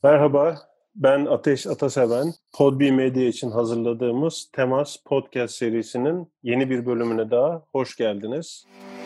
Merhaba, ben Ateş Ataseven. Podbi Medya için hazırladığımız Temas Podcast serisinin yeni bir bölümüne daha hoş geldiniz.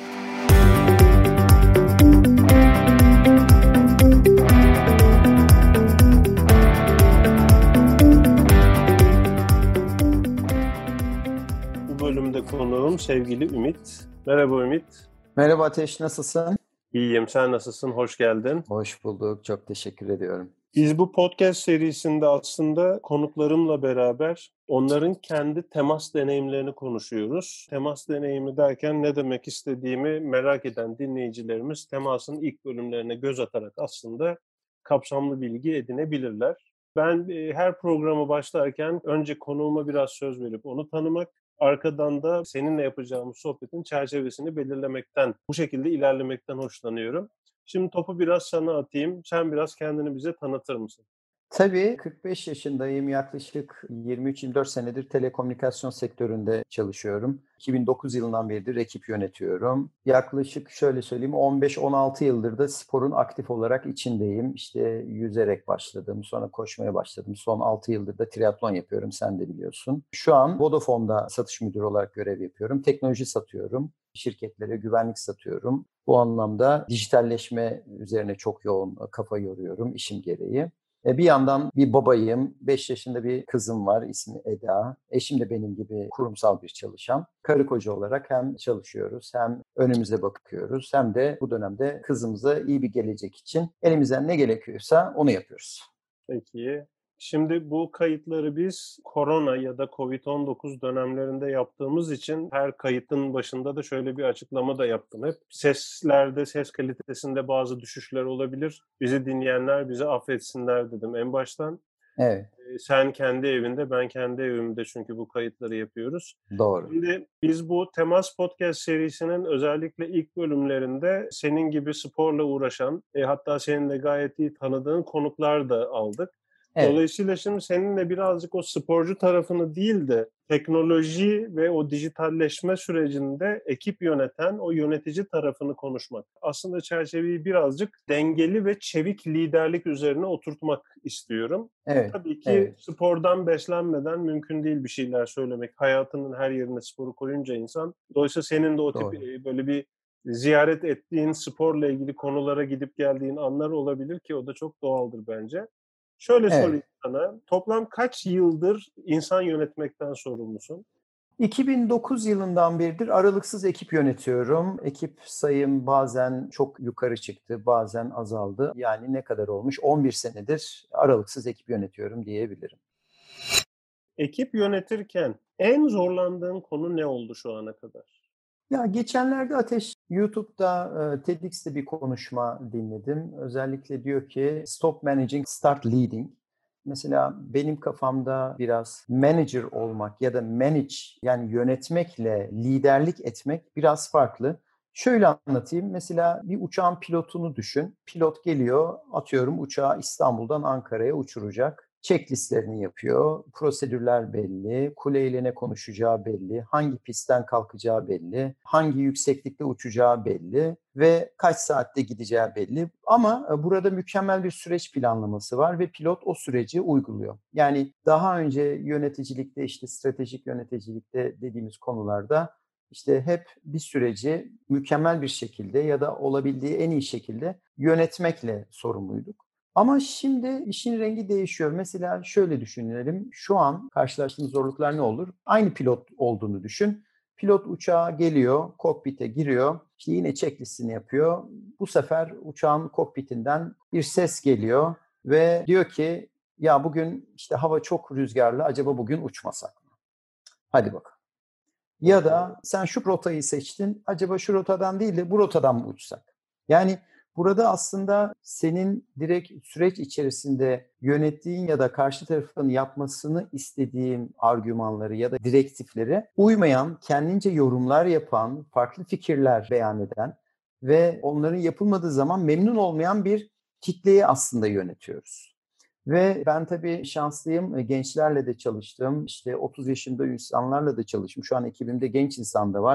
Bu bölümde konuğum sevgili Ümit. Merhaba Ümit. Merhaba Ateş, nasılsın? İyiyim, sen nasılsın? Hoş geldin. Hoş bulduk, çok teşekkür ediyorum. Biz bu podcast serisinde aslında konuklarımla beraber onların kendi temas deneyimlerini konuşuyoruz. Temas deneyimi derken ne demek istediğimi merak eden dinleyicilerimiz temasın ilk bölümlerine göz atarak aslında kapsamlı bilgi edinebilirler. Ben her programı başlarken önce konuğuma biraz söz verip onu tanımak, arkadan da seninle yapacağımız sohbetin çerçevesini belirlemekten, bu şekilde ilerlemekten hoşlanıyorum. Şimdi topu biraz sana atayım. Sen biraz kendini bize tanıtır mısın? Tabii 45 yaşındayım. Yaklaşık 23-24 senedir telekomünikasyon sektöründe çalışıyorum. 2009 yılından beridir ekip yönetiyorum. Yaklaşık şöyle söyleyeyim 15-16 yıldır da sporun aktif olarak içindeyim. İşte yüzerek başladım, sonra koşmaya başladım. Son 6 yıldır da triatlon yapıyorum, sen de biliyorsun. Şu an Vodafone'da satış müdürü olarak görev yapıyorum. Teknoloji satıyorum. Şirketlere güvenlik satıyorum. Bu anlamda dijitalleşme üzerine çok yoğun kafa yoruyorum işim gereği. Bir yandan bir babayım, 5 yaşında bir kızım var, ismi Eda. Eşim de benim gibi kurumsal bir çalışan. Karı koca olarak hem çalışıyoruz, hem önümüze bakıyoruz, hem de bu dönemde kızımıza iyi bir gelecek için elimizden ne gerekiyorsa onu yapıyoruz. Peki. Şimdi bu kayıtları biz korona ya da COVID-19 dönemlerinde yaptığımız için her kayıtın başında da şöyle bir açıklama da yaptım hep. Seslerde, ses kalitesinde bazı düşüşler olabilir. Bizi dinleyenler bizi affetsinler dedim en baştan. Evet. Sen kendi evinde, ben kendi evimde çünkü bu kayıtları yapıyoruz. Doğru. Şimdi biz bu Temas Podcast serisinin özellikle ilk bölümlerinde senin gibi sporla uğraşan, hatta senin de gayet iyi tanıdığın konuklar da aldık. Evet. Dolayısıyla şimdi seninle birazcık o sporcu tarafını değil de teknoloji ve o dijitalleşme sürecinde ekip yöneten o yönetici tarafını konuşmak. Aslında çerçeveyi birazcık dengeli ve çevik liderlik üzerine oturtmak istiyorum. Evet. Tabii ki Evet. spordan beslenmeden mümkün değil bir şeyler söylemek. Hayatının her yerine sporu koyunca insan. Dolayısıyla senin de o tip böyle bir ziyaret ettiğin sporla ilgili konulara gidip geldiğin anlar olabilir ki o da çok doğaldır bence. Şöyle sorayım sana, toplam kaç yıldır insan yönetmekten sorumlusun? 2009 yılından beridir aralıksız ekip yönetiyorum. Ekip sayım bazen çok yukarı çıktı, bazen azaldı. Yani ne kadar olmuş? 11 senedir aralıksız ekip yönetiyorum diyebilirim. Ekip yönetirken en zorlandığın konu ne oldu şu ana kadar? Ya geçenlerde Ateş YouTube'da TEDx'te bir konuşma dinledim. Özellikle diyor ki stop managing, start leading. Mesela benim kafamda biraz manager olmak ya da manage yani yönetmekle liderlik etmek biraz farklı. Şöyle anlatayım. Mesela bir uçağın pilotunu düşün. Pilot geliyor, atıyorum uçağı İstanbul'dan Ankara'ya uçuracak. Checklistlerini yapıyor. Prosedürler belli. Kuleyle ne konuşacağı belli. Hangi pistten kalkacağı belli. Hangi yükseklikte uçacağı belli. Ve kaç saatte gideceği belli. Ama burada mükemmel bir süreç planlaması var ve pilot o süreci uyguluyor. Yani daha önce yöneticilikte işte stratejik yöneticilikte dediğimiz konularda işte hep bir süreci mükemmel bir şekilde ya da olabildiği en iyi şekilde yönetmekle sorumluyduk. Ama şimdi işin rengi değişiyor. Mesela şöyle düşünelim. Şu an karşılaştığımız zorluklar ne olur? Aynı pilot olduğunu düşün. Pilot uçağa geliyor, kokpite giriyor. İşte yine checklistini yapıyor. Bu sefer uçağın kokpitinden bir ses geliyor ve diyor ki ya bugün işte hava çok rüzgarlı, acaba bugün uçmasak mı? Hadi bakalım. Ya da sen şu rotayı seçtin, acaba şu rotadan değil de bu rotadan mı uçsak? Yani burada aslında senin direkt süreç içerisinde yönettiğin ya da karşı tarafın yapmasını istediğin argümanları ya da direktifleri uymayan, kendince yorumlar yapan, farklı fikirler beyan eden ve onların yapılmadığı zaman memnun olmayan bir kitleyi aslında yönetiyoruz. Ve ben tabii şanslıyım. Gençlerle de çalıştım. İşte 30 yaşında insanlarla da çalıştım. Şu an ekibimde genç insan da var.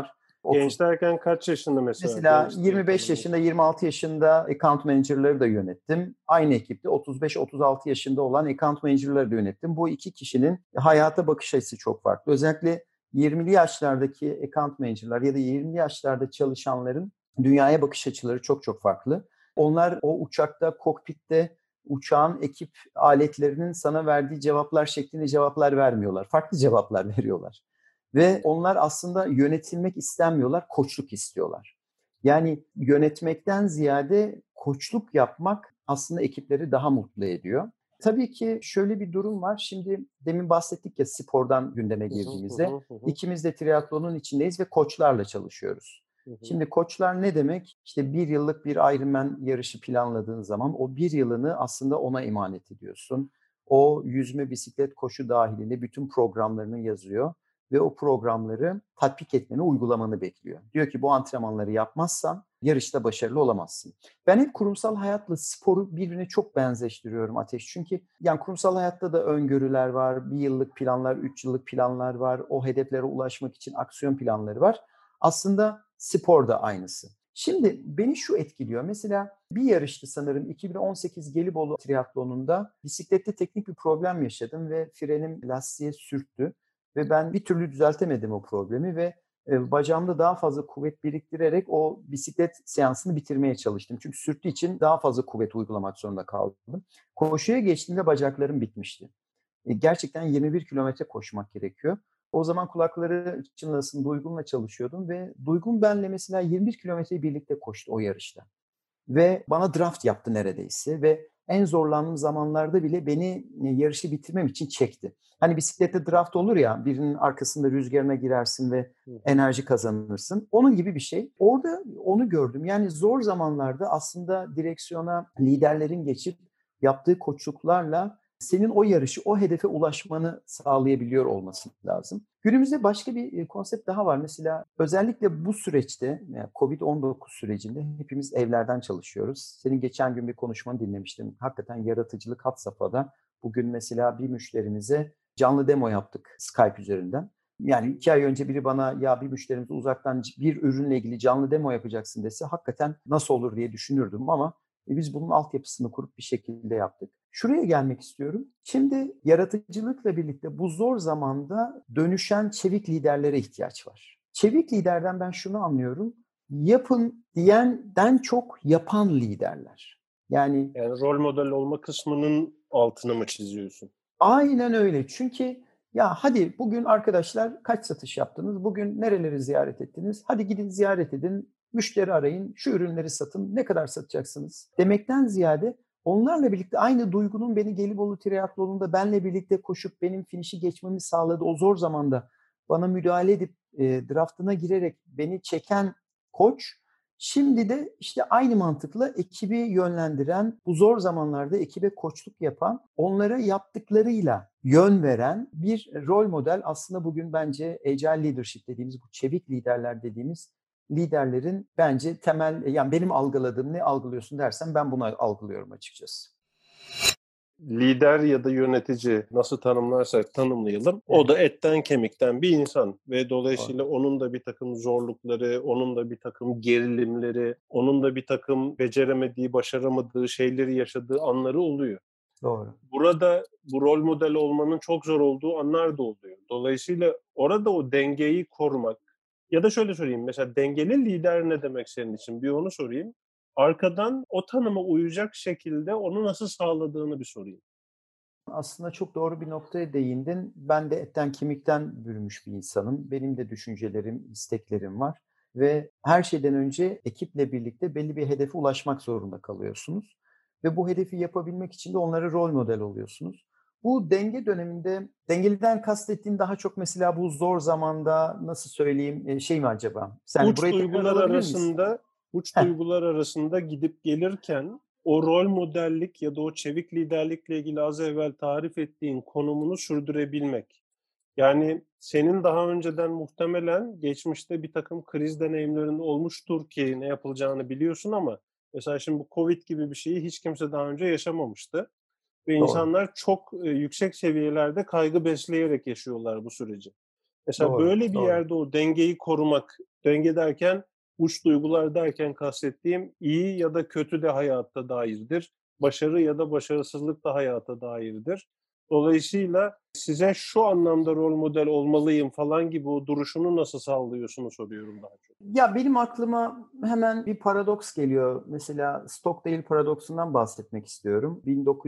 30. Genç derken kaç yaşında mesela Mesela genç diye 25 tanımlıyorsun? yaşında, 26 yaşında account manager'ları da yönettim. Aynı ekipte 35-36 yaşında olan account manager'ları da yönettim. Bu iki kişinin hayata bakış açısı çok farklı. Özellikle 20'li yaşlardaki account manager'lar ya da 20'li yaşlarda çalışanların dünyaya bakış açıları çok çok farklı. Onlar o uçakta, kokpitte uçağın ekip aletlerinin sana verdiği cevaplar şeklinde cevaplar vermiyorlar. Farklı cevaplar veriyorlar. Ve onlar aslında yönetilmek istenmiyorlar, koçluk istiyorlar. Yani yönetmekten ziyade koçluk yapmak aslında ekipleri daha mutlu ediyor. Tabii ki şöyle bir durum var. Şimdi demin bahsettik ya spordan gündeme Hı hı, hı girdiğimizde. hı, hı hı, İkimiz de triatlonun içindeyiz ve koçlarla çalışıyoruz. hı hı. Şimdi koçlar ne demek? İşte bir yıllık bir Ironman yarışı planladığın zaman o bir yılını aslında ona emanet ediyorsun. O yüzme, bisiklet, koşu dahilinde bütün programlarını yazıyor ve o programları tatbik etmeni, uygulamanı bekliyor. Diyor ki bu antrenmanları yapmazsan yarışta başarılı olamazsın. Ben hep kurumsal hayatla sporu birbirine çok benzeştiriyorum Ateş. Çünkü yani kurumsal hayatta da öngörüler var, bir yıllık planlar, 3 yıllık planlar var, o hedeflere ulaşmak için aksiyon planları var. Aslında spor da aynısı. Şimdi beni şu etkiliyor. Mesela bir yarıştı sanırım 2018 Gelibolu triatlonunda bisiklette teknik bir problem yaşadım ve frenim lastiğe sürttü. Ve ben bir türlü düzeltemedim o problemi ve bacağımda daha fazla kuvvet biriktirerek o bisiklet seansını bitirmeye çalıştım. Çünkü sürttüğü için daha fazla kuvvet uygulamak zorunda kaldım. Koşuya geçtiğimde bacaklarım bitmişti. Gerçekten 21 kilometre koşmak gerekiyor. O zaman kulakları çınlasın Duygun'la çalışıyordum ve Duygun benle mesela 21 kilometreyi birlikte koştu o yarışta. Ve bana draft yaptı neredeyse ve en zorlandığım zamanlarda bile beni yarışı bitirmem için çekti. Hani bisiklette draft olur ya, birinin arkasında rüzgarına girersin ve Hı hı. enerji kazanırsın. Onun gibi bir şey. Orada onu gördüm. Yani zor zamanlarda aslında direksiyona liderlerin geçip yaptığı koçluklarla senin o yarışı, o hedefe ulaşmanı sağlayabiliyor olması lazım. Günümüzde başka bir konsept daha var. Mesela özellikle bu süreçte, yani COVID-19 sürecinde hepimiz evlerden çalışıyoruz. Senin geçen gün bir konuşmanı dinlemiştim. Hakikaten yaratıcılık had safhada. Bugün mesela bir müşterimize canlı demo yaptık Skype üzerinden. Yani 2 ay önce biri bana ya bir müşterimiz uzaktan bir ürünle ilgili canlı demo yapacaksın dese hakikaten nasıl olur diye düşünürdüm ama biz bunun altyapısını kurup bir şekilde yaptık. Şuraya gelmek istiyorum. Şimdi yaratıcılıkla birlikte bu zor zamanda dönüşen çevik liderlere ihtiyaç var. Çevik liderden ben şunu anlıyorum. Yapın diyenden çok yapan liderler. Yani Yani rol model olma kısmının altını mı çiziyorsun? aynen öyle. Çünkü ya hadi bugün arkadaşlar kaç satış yaptınız? Bugün nereleri ziyaret ettiniz? Hadi gidin ziyaret edin. Müşteri arayın. Şu ürünleri satın. Ne kadar satacaksınız? Demekten ziyade onlarla birlikte aynı duygunun beni Gelibolu Triatlonu'nda benle birlikte koşup benim finişi geçmemi sağladı. O zor zamanda bana müdahale edip draftına girerek beni çeken koç şimdi de işte aynı mantıkla ekibi yönlendiren, bu zor zamanlarda ekibe koçluk yapan, onlara yaptıklarıyla yön veren bir rol model. Aslında bugün bence agile leadership dediğimiz, bu çevik liderler dediğimiz liderlerin bence temel, yani benim algıladığım, ne algılıyorsun dersen ben bunu algılıyorum açıkçası. Lider ya da yönetici nasıl tanımlarsak tanımlayalım. O Evet, da etten kemikten bir insan ve doğru. dolayısıyla onun da bir takım zorlukları, onun da bir takım gerilimleri, onun da bir takım beceremediği, başaramadığı şeyleri yaşadığı anları oluyor. Doğru. Burada bu rol model olmanın çok zor olduğu anlar da oluyor. Dolayısıyla orada o dengeyi korumak ya da şöyle söyleyeyim, mesela dengeli lider ne demek senin için? Bir onu sorayım. Arkadan o tanıma uyacak şekilde onu nasıl sağladığını bir sorayım. Aslında çok doğru bir noktaya değindin. Ben de etten kemikten bürümüş bir insanım. Benim de düşüncelerim, isteklerim var ve her şeyden önce ekiple birlikte belli bir hedefe ulaşmak zorunda kalıyorsunuz ve bu hedefi yapabilmek için de onlara rol model oluyorsunuz. Bu denge döneminde, dengeliden kastettiğin daha çok mesela bu zor zamanda nasıl söyleyeyim, şey mi acaba? Sen Uç burayı tekrar duygular alabilir miyiz? arasında uç Heh, duygular arasında gidip gelirken o rol modellik ya da o çevik liderlikle ilgili az evvel tarif ettiğin konumunu sürdürebilmek. Yani senin daha önceden muhtemelen geçmişte bir takım kriz deneyimlerin olmuştur ki ne yapılacağını biliyorsun ama mesela şimdi bu Covid gibi bir şeyi hiç kimse daha önce yaşamamıştı ve doğru. insanlar çok yüksek seviyelerde kaygı besleyerek yaşıyorlar bu süreci. Mesela Doğru, böyle bir doğru. yerde o dengeyi korumak, denge derken uç duygular derken kastettiğim iyi ya da kötü de hayata dairdir. Başarı ya da başarısızlık da hayata dairdir. Dolayısıyla size şu anlamda rol model olmalıyım falan gibi o duruşunu nasıl sağlıyorsunuz soruyorum daha çok. Ya, benim aklıma hemen bir paradoks geliyor. Mesela Stockdale paradoksundan bahsetmek istiyorum.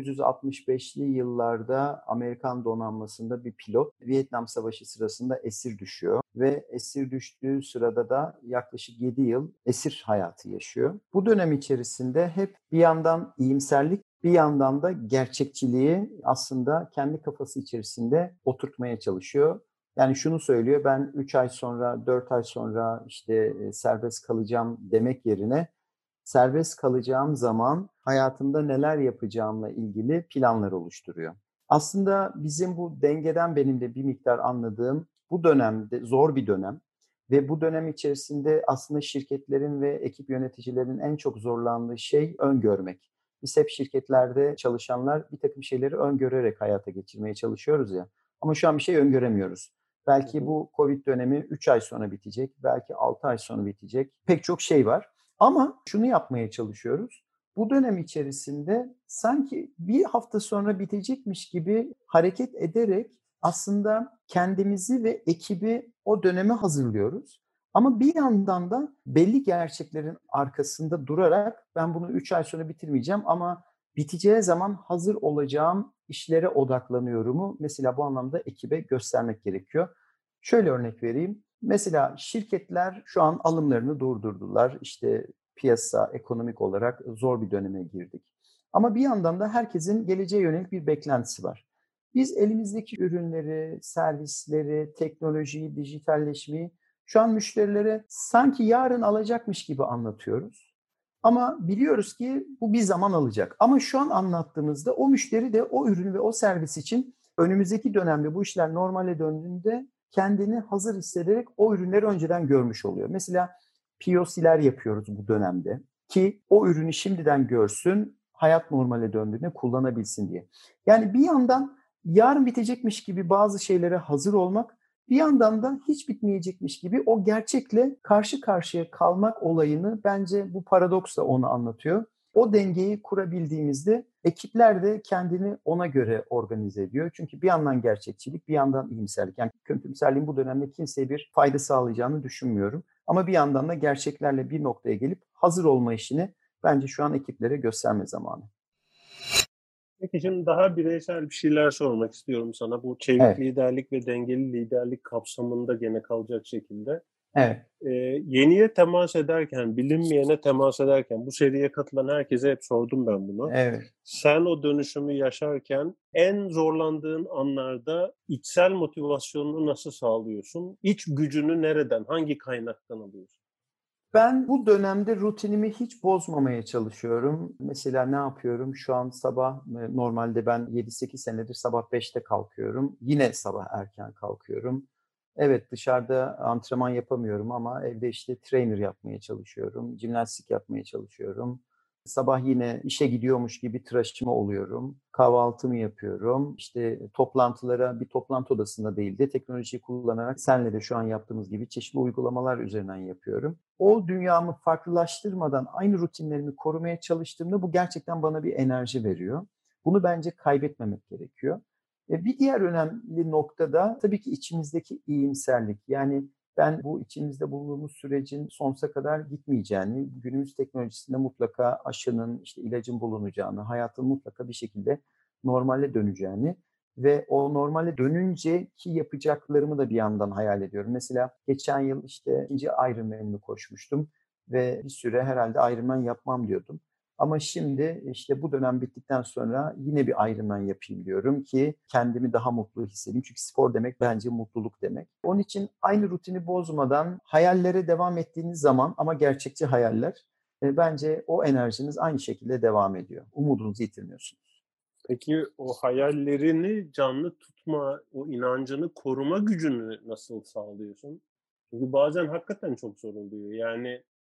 1965'li yıllarda Amerikan donanmasında bir pilot Vietnam Savaşı sırasında esir düşüyor ve esir düştüğü sırada da yaklaşık 7 yıl esir hayatı yaşıyor. Bu dönem içerisinde hep bir yandan iyimserlik, bir yandan da gerçekçiliği aslında kendi kafası içerisinde oturtmaya çalışıyor. Yani şunu söylüyor, ben 3 ay sonra, 4 ay sonra işte serbest kalacağım demek yerine serbest kalacağım zaman hayatımda neler yapacağımla ilgili planlar oluşturuyor. Aslında bizim bu dengeden benim de bir miktar anladığım bu dönemde zor bir dönem ve bu dönem içerisinde aslında şirketlerin ve ekip yöneticilerin en çok zorlandığı şey öngörmek. Biz hep şirketlerde çalışanlar bir takım şeyleri öngörerek hayata geçirmeye çalışıyoruz ya. Ama şu an bir şey öngöremiyoruz. Hı Belki hı. bu Covid dönemi 3 ay sonra bitecek, belki 6 ay sonra bitecek. Pek çok şey var. Ama şunu yapmaya çalışıyoruz. Bu dönem içerisinde sanki bir hafta sonra bitecekmiş gibi hareket ederek aslında kendimizi ve ekibi o döneme hazırlıyoruz. Ama bir yandan da belli gerçeklerin arkasında durarak ben bunu 3 ay sonra bitirmeyeceğim ama biteceği zaman hazır olacağım işlere odaklanıyorumu mesela bu anlamda ekibe göstermek gerekiyor. Şöyle örnek vereyim. Mesela şirketler şu an alımlarını durdurdular. İşte piyasa ekonomik olarak zor bir döneme girdik. Ama bir yandan da herkesin geleceğe yönelik bir beklentisi var. Biz elimizdeki ürünleri, servisleri, teknolojiyi, dijitalleşmeyi şu an müşterilere sanki yarın alacakmış gibi anlatıyoruz. Ama biliyoruz ki bu bir zaman alacak. Ama şu an anlattığımızda o müşteri de o ürün ve o servis için önümüzdeki dönemde bu işler normale döndüğünde kendini hazır hissederek o ürünleri önceden görmüş oluyor. Mesela POC'ler yapıyoruz bu dönemde ki o ürünü şimdiden görsün, hayat normale döndüğünde kullanabilsin diye. Yani bir yandan yarın bitecekmiş gibi bazı şeylere hazır olmak, bir yandan da hiç bitmeyecekmiş gibi o gerçekle karşı karşıya kalmak olayını bence bu paradoks da onu anlatıyor. O dengeyi kurabildiğimizde ekipler de kendini ona göre organize ediyor. Çünkü bir yandan gerçekçilik, bir yandan iyimserlik. Yani kötümserliğin bu dönemde kimseye bir fayda sağlayacağını düşünmüyorum. Ama bir yandan da gerçeklerle bir noktaya gelip hazır olma işini bence şu an ekiplere gösterme zamanı. Peki şimdi daha bireysel bir şeyler sormak istiyorum sana. Bu çevik Evet, liderlik ve dengeli liderlik kapsamında gene kalacak şekilde. evet, Yeniye temas ederken, bilinmeyene temas ederken, bu seriye katılan herkese hep sordum ben bunu. evet. Sen o dönüşümü yaşarken en zorlandığın anlarda içsel motivasyonunu nasıl sağlıyorsun? İç gücünü nereden, hangi kaynaktan alıyorsun? Ben bu dönemde rutinimi hiç bozmamaya çalışıyorum. Mesela ne yapıyorum? Şu an sabah normalde ben 7-8 senedir sabah 5'te kalkıyorum. Yine sabah erken kalkıyorum. Evet dışarıda antrenman yapamıyorum ama evde işte trainer yapmaya çalışıyorum. Jimnastik yapmaya çalışıyorum. Sabah yine işe gidiyormuş gibi tıraşımı oluyorum. Kahvaltımı yapıyorum. İşte toplantılara bir toplantı odasında değil de teknolojiyi kullanarak senle de şu an yaptığımız gibi çeşitli uygulamalar üzerinden yapıyorum. O dünyamı farklılaştırmadan aynı rutinlerimi korumaya çalıştığımda bu gerçekten bana bir enerji veriyor. Bunu bence kaybetmemek gerekiyor. Bir diğer önemli nokta da tabii ki içimizdeki iyimserlik. Yani ben bu içimizde bulunduğumuz sürecin sonsuza kadar gitmeyeceğini, günümüz teknolojisinde mutlaka aşının, işte ilacın bulunacağını, hayatın mutlaka bir şekilde normale döneceğini ve o normale dönünce ki yapacaklarımı da bir yandan hayal ediyorum. Mesela geçen yıl işte 2. Ironman'imi koşmuştum ve bir süre herhalde Ironman yapmam diyordum. Ama şimdi işte bu dönem bittikten sonra yine bir Ironman yapayım diyorum ki kendimi daha mutlu hissedeyim. Çünkü spor demek bence mutluluk demek. Onun için aynı rutini bozmadan hayallere devam ettiğiniz zaman ama gerçekçi hayaller bence o enerjiniz aynı şekilde devam ediyor. Umudunuzu yitirmiyorsunuz. Peki o hayallerini canlı tutma, o inancını koruma gücünü nasıl sağlıyorsun? Çünkü bazen hakikaten çok zor oluyor. Yani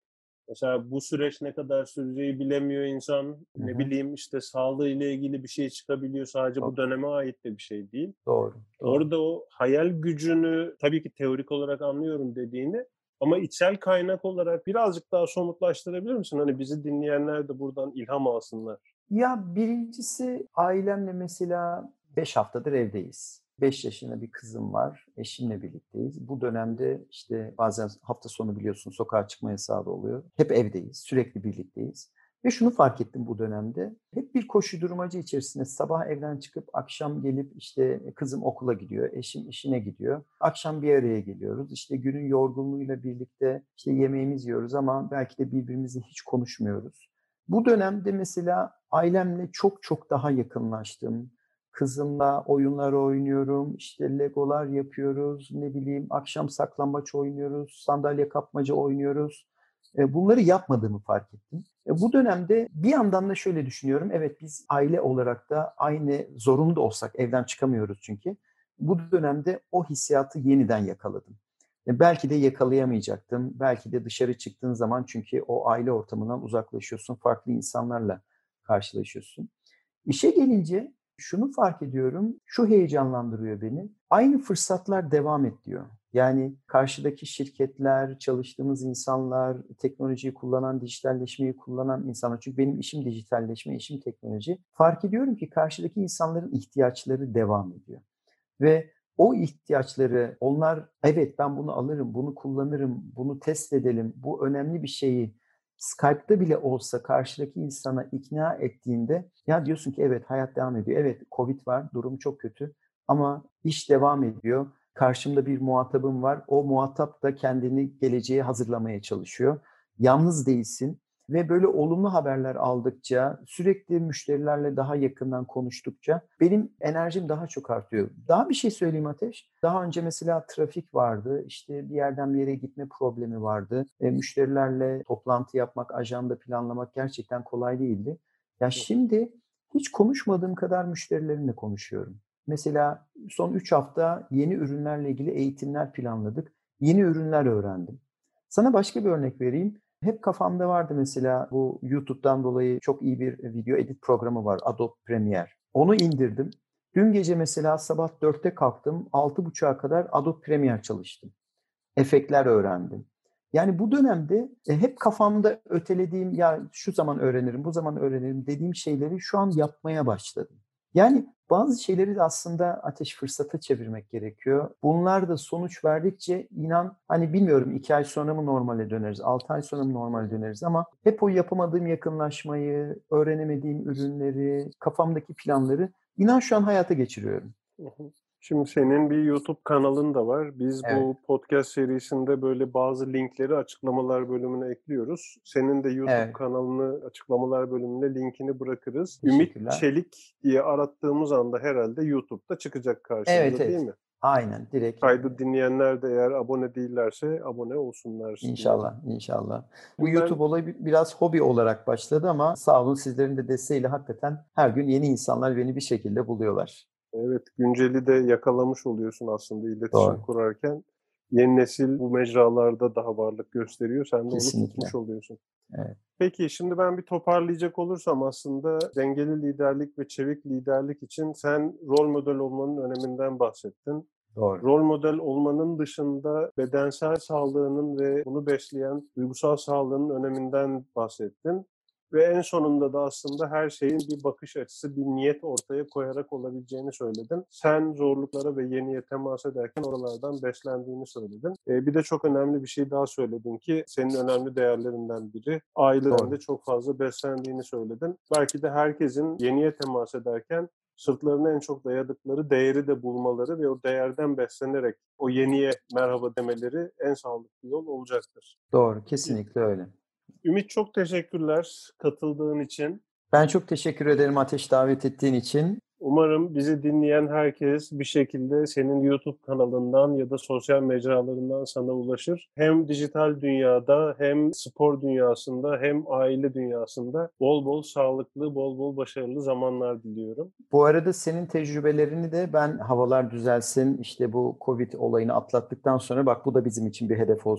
Mesela bu süreç ne kadar süreceği bilemiyor insan. Hı Ne hı. bileyim işte sağlığıyla ilgili bir şey çıkabiliyor. Sadece Çok bu döneme ait de bir şey değil. doğru, doğru. Orada o hayal gücünü tabii ki teorik olarak anlıyorum dediğini ama içsel kaynak olarak birazcık daha somutlaştırabilir misin? Hani bizi dinleyenler de buradan ilham alsınlar. Ya, birincisi ailemle mesela 5 haftadır evdeyiz. 5 yaşında bir kızım var. Eşimle birlikteyiz. Bu dönemde, işte, bazen hafta sonu biliyorsun sokağa çıkma yasağı da oluyor. Hep evdeyiz, sürekli birlikteyiz ve şunu fark ettim bu dönemde. Hep bir koşuşturmaca içerisinde sabah evden çıkıp akşam gelip, işte, kızım okula gidiyor, eşim işine gidiyor. Akşam bir araya geliyoruz. İşte, günün yorgunluğuyla birlikte, işte, yemeğimizi yiyoruz ama belki de birbirimizle hiç konuşmuyoruz. Bu dönemde mesela ailemle çok çok daha yakınlaştım. Kızımla oyunlar oynuyorum, işte legolar yapıyoruz, ne bileyim akşam saklambaç oynuyoruz, sandalye kapmaca oynuyoruz. Bunları yapmadığımı fark ettim. Bu dönemde bir yandan da şöyle düşünüyorum. Evet, biz aile olarak da aynı zorunda olsak evden çıkamıyoruz çünkü. Bu dönemde o hissiyatı yeniden yakaladım. Belki de yakalayamayacaktım. Belki de dışarı çıktığın zaman çünkü o aile ortamından uzaklaşıyorsun, farklı insanlarla karşılaşıyorsun. İşe gelince şunu fark ediyorum, şu heyecanlandırıyor beni. Aynı fırsatlar devam et diyor. Yani karşıdaki şirketler, çalıştığımız insanlar, teknolojiyi kullanan, dijitalleşmeyi kullanan insanlar. Çünkü benim işim dijitalleşme, işim teknoloji. Fark ediyorum ki karşıdaki insanların ihtiyaçları devam ediyor. Ve o ihtiyaçları onlar, evet ben bunu alırım, bunu kullanırım, bunu test edelim, bu önemli bir şeyi Skype'da bile olsa karşıdaki insana ikna ettiğinde ya diyorsun ki evet hayat devam ediyor. Evet Covid var, durum çok kötü ama iş devam ediyor. Karşımda bir muhatabım var. O muhatap da kendini geleceğe hazırlamaya çalışıyor. Yalnız değilsin. Ve böyle olumlu haberler aldıkça, sürekli müşterilerle daha yakından konuştukça benim enerjim daha çok artıyor. Daha bir şey söyleyeyim Ateş. Daha önce mesela trafik vardı, işte bir yerden bir yere gitme problemi vardı. Müşterilerle toplantı yapmak, ajanda planlamak gerçekten kolay değildi. Ya şimdi hiç konuşmadığım kadar müşterilerimle konuşuyorum. Mesela son 3 hafta yeni ürünlerle ilgili eğitimler planladık. Yeni ürünler öğrendim. Sana başka bir örnek vereyim. Hep kafamda vardı mesela bu YouTube'dan dolayı çok iyi bir video edit programı var Adobe Premiere. Onu indirdim. Dün gece mesela sabah 4'te kalktım, 6.30'a kadar Adobe Premiere çalıştım. Efektler öğrendim. Yani bu dönemde hep kafamda ötelediğim ya şu zaman öğrenirim, bu zaman öğrenirim dediğim şeyleri şu an yapmaya başladım. Yani bazı şeyleri de aslında Ateş fırsata çevirmek gerekiyor. Bunlar da sonuç verdikçe inan hani bilmiyorum 2 ay sonra mı normale döneriz, 6 ay sonra mı normale döneriz ama hep o yapamadığım yakınlaşmayı, öğrenemediğim ürünleri, kafamdaki planları inan şu an hayata geçiriyorum. Hı hı. Şimdi senin bir YouTube kanalın da var. Biz Evet, bu podcast serisinde böyle bazı linkleri açıklamalar bölümüne ekliyoruz. Senin de YouTube evet. kanalını açıklamalar bölümüne linkini bırakırız. Ümit Teşekkürler. Çelik diye arattığımız anda herhalde YouTube'da çıkacak Evet, karşımıza değil evet. mi? Aynen, direkt, Kaydı dinleyenler de eğer abone değillerse abone olsunlar diyelim. inşallah, inşallah. Bu Şimdi ben YouTube olayı biraz hobi olarak başladı ama sağ olun sizlerin de desteğiyle hakikaten her gün yeni insanlar beni bir şekilde buluyorlar. evet, günceli de yakalamış oluyorsun aslında iletişim Doğru. kurarken. Yeni nesil bu mecralarda daha varlık gösteriyor. Sen de onu tutmuş Kesinlikle. oluyorsun. Evet. Peki şimdi ben bir toparlayacak olursam aslında dengeli liderlik ve çevik liderlik için sen rol model olmanın öneminden bahsettin. Doğru. Rol model olmanın dışında bedensel sağlığının ve bunu besleyen duygusal sağlığının öneminden bahsettin. Ve en sonunda da aslında her şeyin bir bakış açısı, bir niyet ortaya koyarak olabileceğini söyledin. Sen zorluklara ve yeniye temas ederken oralardan beslendiğini söyledin. Bir de çok önemli bir şey daha söyledin ki senin önemli değerlerinden biri aileden de Doğru. çok fazla beslendiğini söyledin. Belki de herkesin yeniye temas ederken sırtlarına en çok dayadıkları değeri de bulmaları ve o değerden beslenerek o yeniye merhaba demeleri en sağlıklı yol olacaktır. Doğru. Kesinlikle öyle. Ümit çok teşekkürler katıldığın için. Ben çok teşekkür ederim Ateş davet ettiğin için. Umarım bizi dinleyen herkes bir şekilde senin YouTube kanalından ya da sosyal mecralarından sana ulaşır. Hem dijital dünyada hem spor dünyasında hem aile dünyasında bol bol sağlıklı, bol bol başarılı zamanlar diliyorum. Bu arada senin tecrübelerini de ben havalar düzelsin, işte bu Covid olayını atlattıktan sonra bak bu da bizim için bir hedef olsun.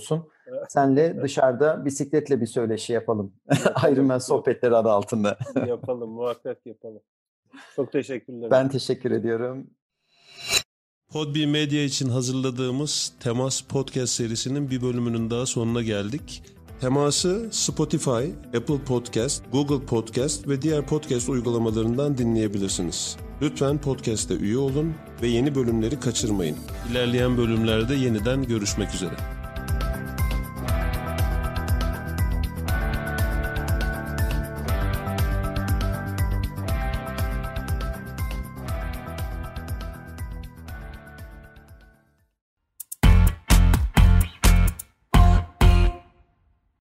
senle dışarıda bisikletle bir söyleşi yapalım. Ironman sohbetleri adı altında. Yapalım, muhakkak yapalım. Çok teşekkürler. Ben teşekkür ediyorum. Podbi Medya için hazırladığımız Temas Podcast serisinin bir bölümünün daha sonuna geldik. Temas'ı Spotify, Apple Podcast, Google Podcast ve diğer podcast uygulamalarından dinleyebilirsiniz. Lütfen podcast'e üye olun ve yeni bölümleri kaçırmayın. İlerleyen bölümlerde yeniden görüşmek üzere.